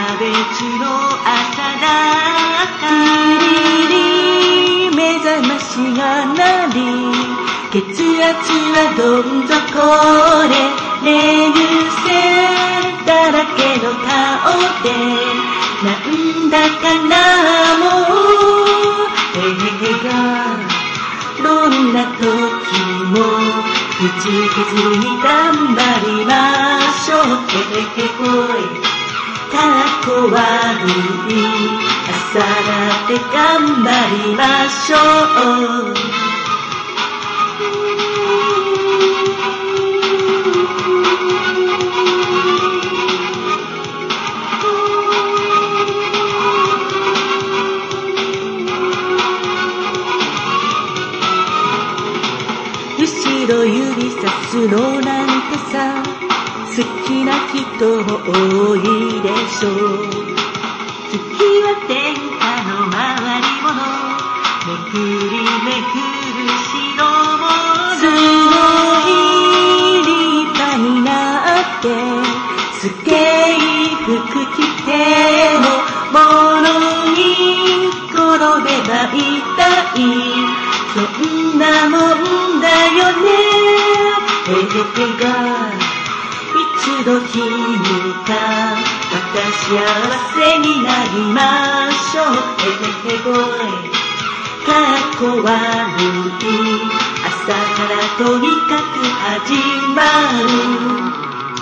別の朝だったリリリ目覚ましが鳴り血圧はどん底で寝癖だらけの顔でなんだかなもう映画どんな時も口削りに頑張りましょう来いかっこ悪い朝だって頑張りましょう後ろ指さすのなんてさ好きな人も多いでしょう月は天下の回り物めくりめくる代物すごい立派になってスケイ服着ても物に転べば痛いそんなもんだよね一度きりかまた幸せになりましょうかっこ悪い朝からとにかく始まる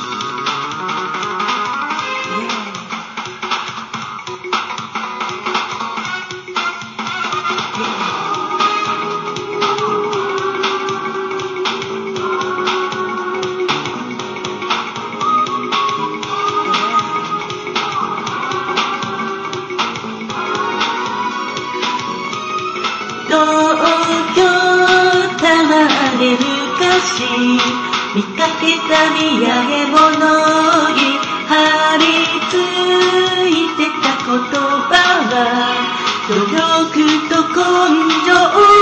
見かけた土産物に張り付いてた言葉は努力と根性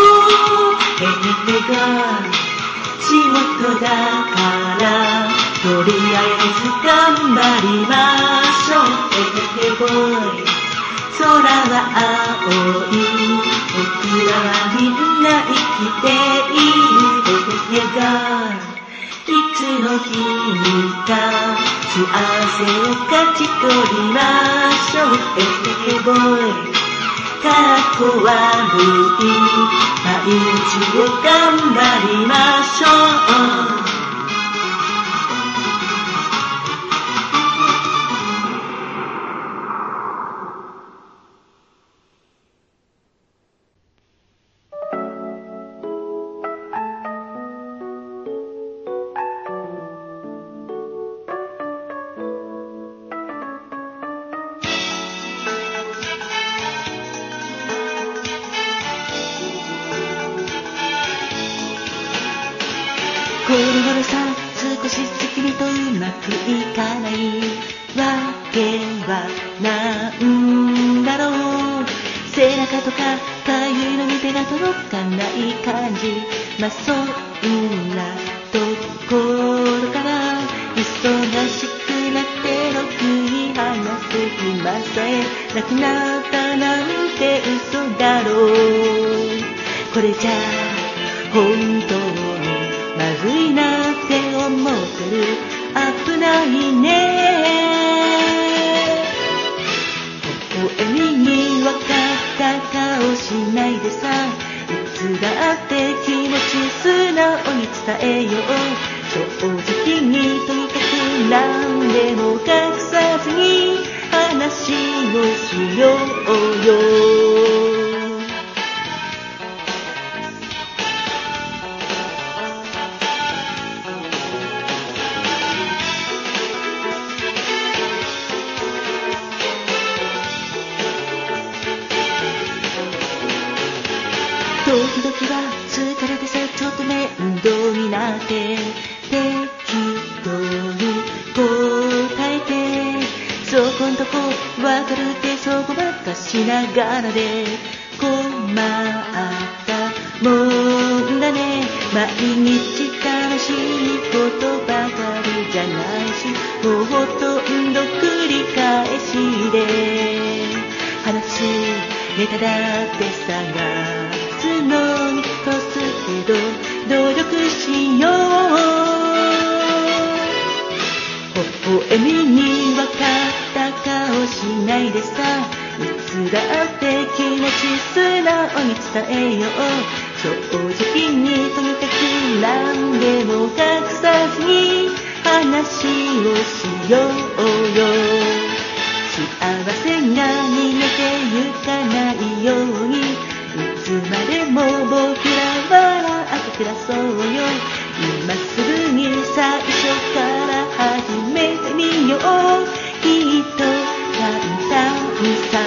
仕事だからとりあえず頑張りましょう空は青い僕らはみんな生きているいつの日にか幸せを勝ち取りましょうかっこ悪い毎日を頑張りましょうこれほどさ少しずつ君とうまくいかないわけはなんだろう背中とかかゆいのに手が届かない感じそんなところから忙しくなってろくに話す暇さえなくなったなんて嘘だろうこれじゃ本当にまずいなって思ってる危ないね微笑みに分かった顔しないでさいつだって気持ち素直に伝えよう正直にとにかく何でも隠さずに話をしようよ時々は疲れてさちょっと面倒になって適当に答えてそこんとこわかるってそこばっかしながらで困ったもんだね毎日楽しいことばかりじゃないしもうほとんど繰り返しでただって探すのにこすけど努力しよう。微笑みに分かった顔しないでさ、いつだって気持ち素直に伝えよう。正直にとにかく何でも隠さずに話をしようよ。幸せが逃げてゆかないように、いつまでも僕ら笑って暮らそうよ。今すぐに最初から始めてみよう。きっと簡単さ。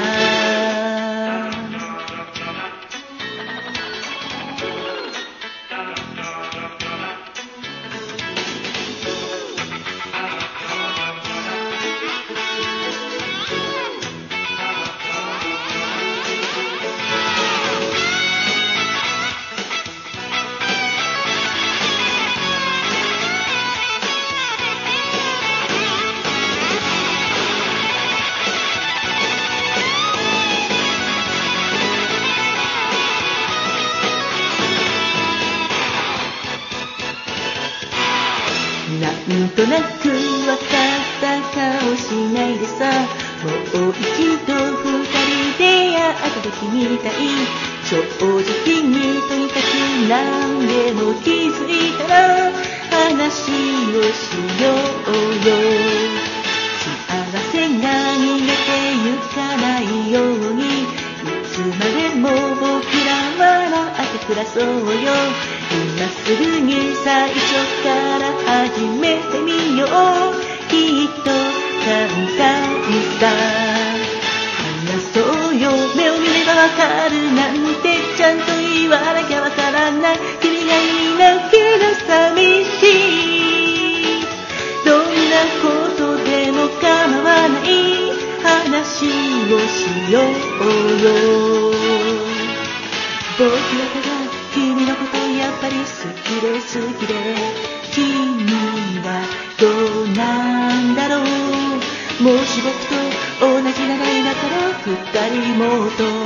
なんとなくわかった顔しないでさ、もう一度二人で会った時みたい。正直にとにかく何でも気づいたら話をしようよ。幸せが逃げてゆかないように、いつまでも僕ら笑って暮らそうよ。今すぐに最初から始めてみよう。きっと簡単さ。話そうよ、目を見ればわかるなんてちゃんと言わなきゃわからない。君がいなければ寂しい。どんなことでも構わない。話をしようよ。僕はただ君のことやっぱり好きで好きで、君はどうなんだろう。もし僕と同じ名前だから二人もと